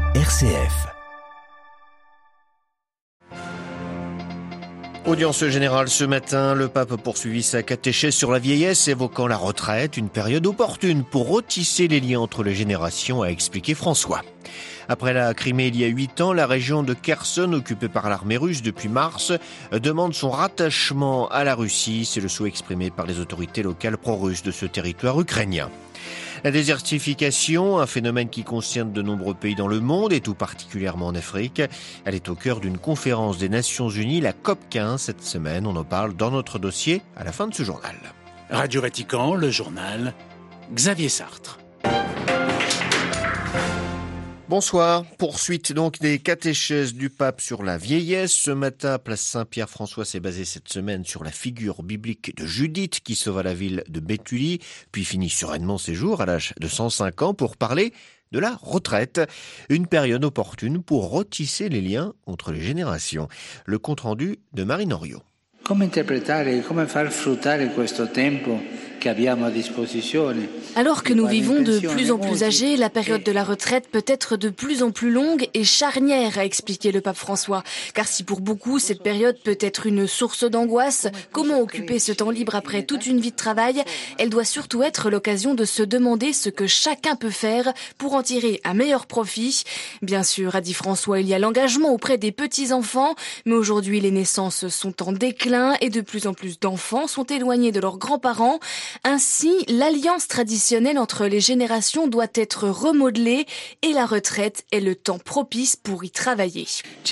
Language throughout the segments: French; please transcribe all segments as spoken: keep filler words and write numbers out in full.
R C F. Audience générale ce matin, le pape poursuivit sa catéchèse sur la vieillesse, évoquant la retraite, une période opportune pour retisser les liens entre les générations, a expliqué François. Après la Crimée il y a huit ans, la région de Kherson, occupée par l'armée russe depuis mars, demande son rattachement à la Russie. C'est le souhait exprimé par les autorités locales pro-russes de ce territoire ukrainien. La désertification, un phénomène qui concerne de nombreux pays dans le monde et tout particulièrement en Afrique. Elle est au cœur d'une conférence des Nations Unies, la COP quinze, cette semaine. On en parle dans notre dossier à la fin de ce journal. Radio Vatican, le journal, Xavier Sartre. Bonsoir. Poursuite donc des catéchèses du pape sur la vieillesse. Ce matin, place Saint-Pierre-François s'est basé cette semaine sur la figure biblique de Judith qui sauva la ville de Béthulie, puis finit sereinement ses jours à l'âge de cent cinq ans pour parler de la retraite. Une période opportune pour retisser les liens entre les générations. Le compte-rendu de Marine Henriot. Come interpretare, come far fruttare questo tempo che abbiamo a disposizione? Alors que nous vivons de plus en plus âgés, la période de la retraite peut être de plus en plus longue et charnière, a expliqué le pape François. Car si pour beaucoup, cette période peut être une source d'angoisse, comment occuper ce temps libre après toute une vie de travail? Elle doit surtout être l'occasion de se demander ce que chacun peut faire pour en tirer un meilleur profit. Bien sûr, a dit François, il y a l'engagement auprès des petits-enfants, mais aujourd'hui les naissances sont en déclin et de plus en plus d'enfants sont éloignés de leurs grands-parents. Ainsi, l'alliance traditionnelle entre les générations doit être remodelée et la retraite est le temps propice pour y travailler.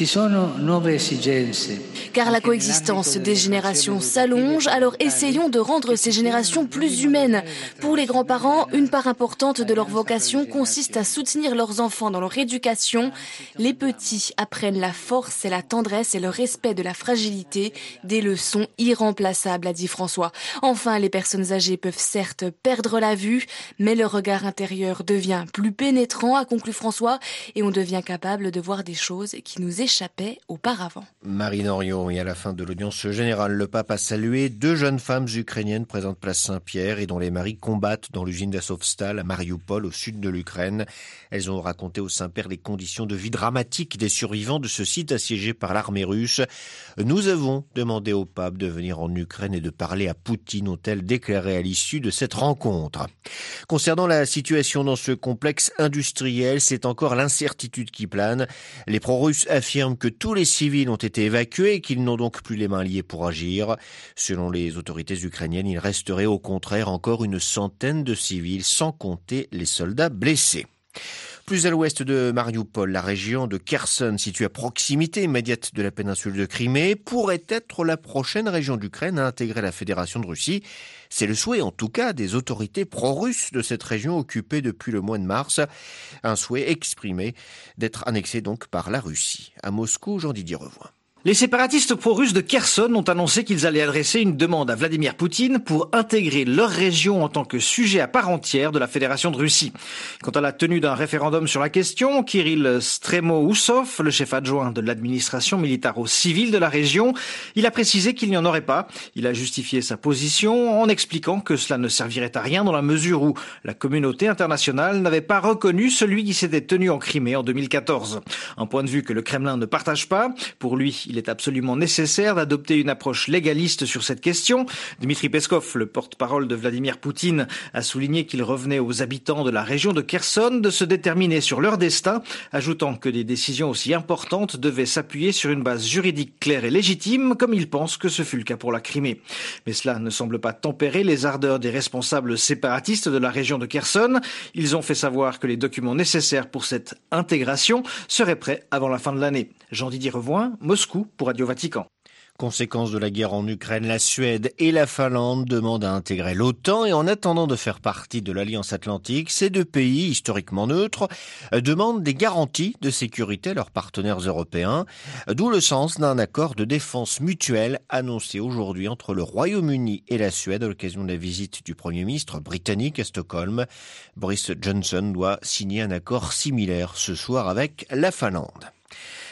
Car la coexistence des générations s'allonge, alors essayons de rendre ces générations plus humaines. Pour les grands-parents, une part importante de leur vocation consiste à soutenir leurs enfants dans leur éducation. Les petits apprennent la force et la tendresse et le respect de la fragilité, des leçons irremplaçables, a dit François. Enfin, les personnes âgées peuvent certes perdre la vue, mais le regard intérieur devient plus pénétrant, a conclu François, et on devient capable de voir des choses qui nous échappaient auparavant. Marine Henriot, et à la fin de l'audience générale, le pape a salué deux jeunes femmes ukrainiennes présentes place Saint-Pierre et dont les maris combattent dans l'usine d'Azovstal à Mariupol, au sud de l'Ukraine. Elles ont raconté au Saint-Père les conditions de vie dramatiques des survivants de ce site assiégé par l'armée russe. Nous avons demandé au pape de venir en Ukraine et de parler à Poutine, ont-elles déclaré à l'issue de cette rencontre. Concernant la situation dans ce complexe industriel, c'est encore l'incertitude qui plane. Les pro-russes affirment que tous les civils ont été évacués et qu'ils n'ont donc plus les mains liées pour agir. Selon les autorités ukrainiennes, il resterait au contraire encore une centaine de civils, sans compter les soldats blessés. Plus à l'ouest de Mariupol, la région de Kherson, située à proximité immédiate de la péninsule de Crimée, pourrait être la prochaine région d'Ukraine à intégrer la Fédération de Russie. C'est le souhait, en tout cas, des autorités pro-russes de cette région occupée depuis le mois de mars. Un souhait exprimé d'être annexé donc par la Russie. À Moscou, Jean-Didier Revoin. Les séparatistes pro-russes de Kherson ont annoncé qu'ils allaient adresser une demande à Vladimir Poutine pour intégrer leur région en tant que sujet à part entière de la Fédération de Russie. Quant à la tenue d'un référendum sur la question, Kirill Stremoussov, le chef adjoint de l'administration militaro-civile de la région, il a précisé qu'il n'y en aurait pas. Il a justifié sa position en expliquant que cela ne servirait à rien dans la mesure où la communauté internationale n'avait pas reconnu celui qui s'était tenu en Crimée en deux mille quatorze. Un point de vue que le Kremlin ne partage pas. Pour lui, il est absolument nécessaire d'adopter une approche légaliste sur cette question. Dmitri Peskov, le porte-parole de Vladimir Poutine, a souligné qu'il revenait aux habitants de la région de Kherson de se déterminer sur leur destin, ajoutant que des décisions aussi importantes devaient s'appuyer sur une base juridique claire et légitime, comme il pense que ce fut le cas pour la Crimée. Mais cela ne semble pas tempérer les ardeurs des responsables séparatistes de la région de Kherson. Ils ont fait savoir que les documents nécessaires pour cette intégration seraient prêts avant la fin de l'année. Jean-Didier Revoin, Moscou, pour Radio Vatican. Conséquence de la guerre en Ukraine, la Suède et la Finlande demandent à intégrer l'OTAN et en attendant de faire partie de l'Alliance Atlantique, ces deux pays, historiquement neutres, demandent des garanties de sécurité à leurs partenaires européens, d'où le sens d'un accord de défense mutuelle annoncé aujourd'hui entre le Royaume-Uni et la Suède à l'occasion de la visite du Premier ministre britannique à Stockholm. Boris Johnson doit signer un accord similaire ce soir avec la Finlande.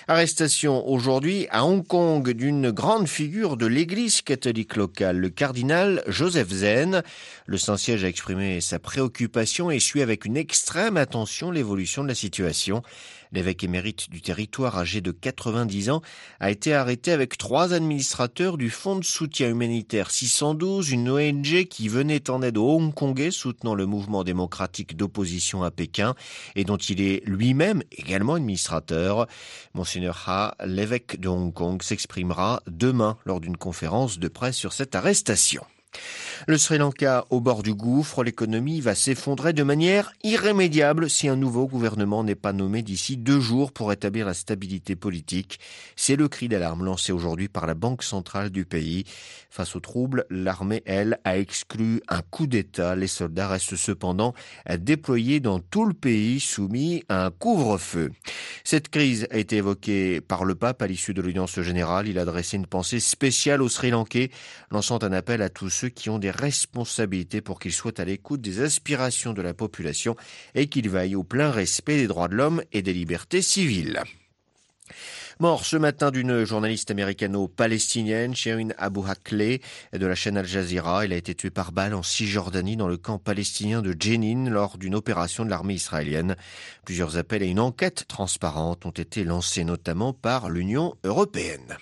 Arrestation aujourd'hui à Hong Kong d'une grande figure de l'église catholique locale, le cardinal Joseph Zen. Le Saint-Siège a exprimé sa préoccupation et suit avec une extrême attention l'évolution de la situation. L'évêque émérite du territoire, âgé de quatre-vingt-dix ans, a été arrêté avec trois administrateurs du Fonds de soutien humanitaire six cent douze, une O N G qui venait en aide aux Hongkongais soutenant le mouvement démocratique d'opposition à Pékin et dont il est lui-même également administrateur. Monseigneur Ha, l'évêque de Hong Kong, s'exprimera demain lors d'une conférence de presse sur cette arrestation. Le Sri Lanka au bord du gouffre, l'économie va s'effondrer de manière irrémédiable si un nouveau gouvernement n'est pas nommé d'ici deux jours pour établir la stabilité politique. C'est le cri d'alarme lancé aujourd'hui par la Banque centrale du pays. Face aux troubles, l'armée, elle, a exclu un coup d'État. Les soldats restent cependant déployés dans tout le pays, soumis à un couvre-feu. Cette crise a été évoquée par le pape à l'issue de l'audience générale. Il a adressé une pensée spéciale aux Sri Lankais, lançant un appel à tous ceux qui ont des responsabilités pour qu'ils soient à l'écoute des aspirations de la population et qu'ils veillent au plein respect des droits de l'homme et des libertés civiles. Mort ce matin d'une journaliste américano-palestinienne, Shirin Abu Akleh, de la chaîne Al Jazeera. Elle a été tuée par balle en Cisjordanie dans le camp palestinien de Jenin lors d'une opération de l'armée israélienne. Plusieurs appels à une enquête transparente ont été lancés notamment par l'Union européenne.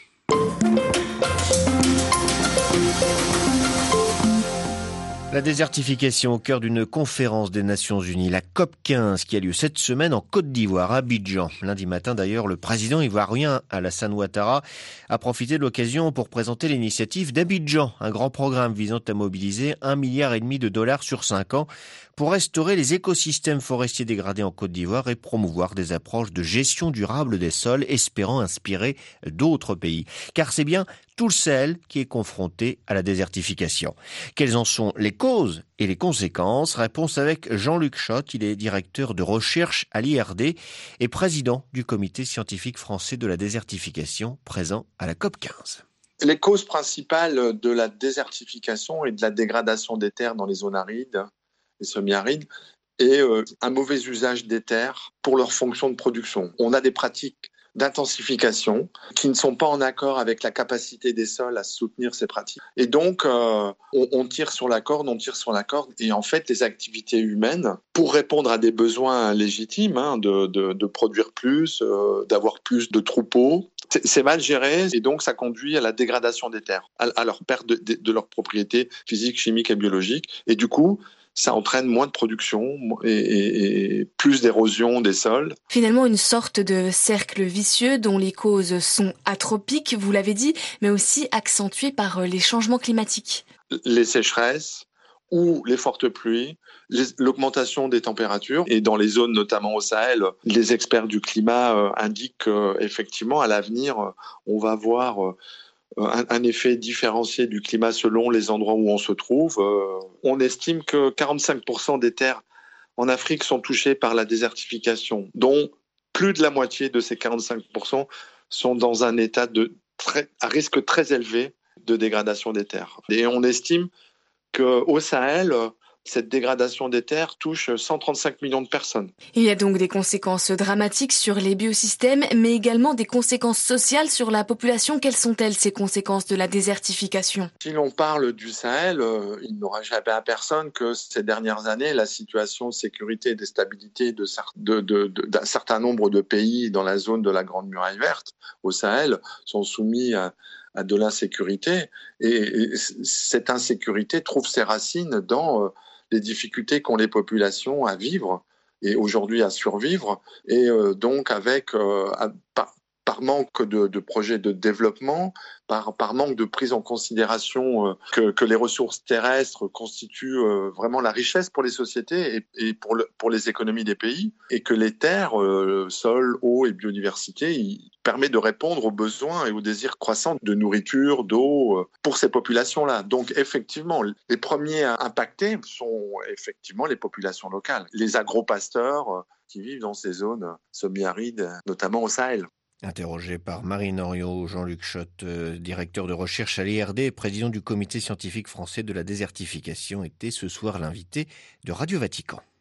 La désertification au cœur d'une conférence des Nations Unies, la COP quinze, qui a lieu cette semaine en Côte d'Ivoire, à Abidjan. Lundi matin, d'ailleurs, le président ivoirien Alassane Ouattara a profité de l'occasion pour présenter l'initiative d'Abidjan, un grand programme visant à mobiliser un milliard et demi de dollars sur cinq ans pour restaurer les écosystèmes forestiers dégradés en Côte d'Ivoire et promouvoir des approches de gestion durable des sols, espérant inspirer d'autres pays. Car c'est bien tout le Sahel qui est confronté à la désertification. Quelles en sont les causes et les conséquences? Réponse avec Jean-Luc Schott, il est directeur de recherche à l'I R D et président du comité scientifique français de la désertification, présent à la COP quinze. Les causes principales de la désertification et de la dégradation des terres dans les zones arides et semi-arides est euh, un mauvais usage des terres pour leur fonction de production. On a des pratiques d'intensification qui ne sont pas en accord avec la capacité des sols à soutenir ces pratiques. Et donc, euh, on, on tire sur la corde, on tire sur la corde. Et en fait, les activités humaines, pour répondre à des besoins légitimes, hein, de, de, de produire plus, euh, d'avoir plus de troupeaux, c'est, c'est mal géré. Et donc, ça conduit à la dégradation des terres, à, à leur perte de, de, de leurs propriétés physiques, chimiques et biologiques. Et du coup, ça entraîne moins de production et, et, et plus d'érosion des sols. Finalement, une sorte de cercle vicieux dont les causes sont atropiques, vous l'avez dit, mais aussi accentuées par les changements climatiques. Les sécheresses ou les fortes pluies, les, l'augmentation des températures. Et dans les zones, notamment au Sahel, les experts du climat euh, indiquent qu'effectivement, à l'avenir, on va voir Euh, Un, un effet différencié du climat selon les endroits où on se trouve. Euh, on estime que quarante-cinq pour cent des terres en Afrique sont touchées par la désertification, dont plus de la moitié de ces quarante-cinq pour cent sont dans un état de très, à risque très élevé de dégradation des terres. Et on estime qu'au Sahel, cette dégradation des terres touche cent trente-cinq millions de personnes. Il y a donc des conséquences dramatiques sur les biosystèmes, mais également des conséquences sociales sur la population. Quelles sont-elles, ces conséquences de la désertification ? Si l'on parle du Sahel, euh, il n'aura échappé à personne que ces dernières années, la situation de sécurité et de stabilité de, de, de, de, d'un certain nombre de pays dans la zone de la Grande Muraille Verte, au Sahel, sont soumis à à de l'insécurité. Et, et cette insécurité trouve ses racines dans euh, les difficultés qu'ont les populations à vivre et aujourd'hui à survivre. Et euh, donc avec euh, à, par, par manque de, de projets de développement, par, par manque de prise en considération euh, que, que les ressources terrestres constituent euh, vraiment la richesse pour les sociétés et, et pour, le, pour les économies des pays, et que les terres, euh, sol, eau et biodiversité, ils permettent de répondre aux besoins et aux désirs croissants de nourriture, d'eau euh, pour ces populations-là. Donc effectivement, les premiers impactés sont effectivement les populations locales, les agro-pasteurs euh, qui vivent dans ces zones semi-arides, notamment au Sahel. Interrogé par Marine Henriot, Jean-Luc Schott, euh, directeur de recherche à l'I R D et président du comité scientifique français de la désertification, était ce soir l'invité de Radio Vatican.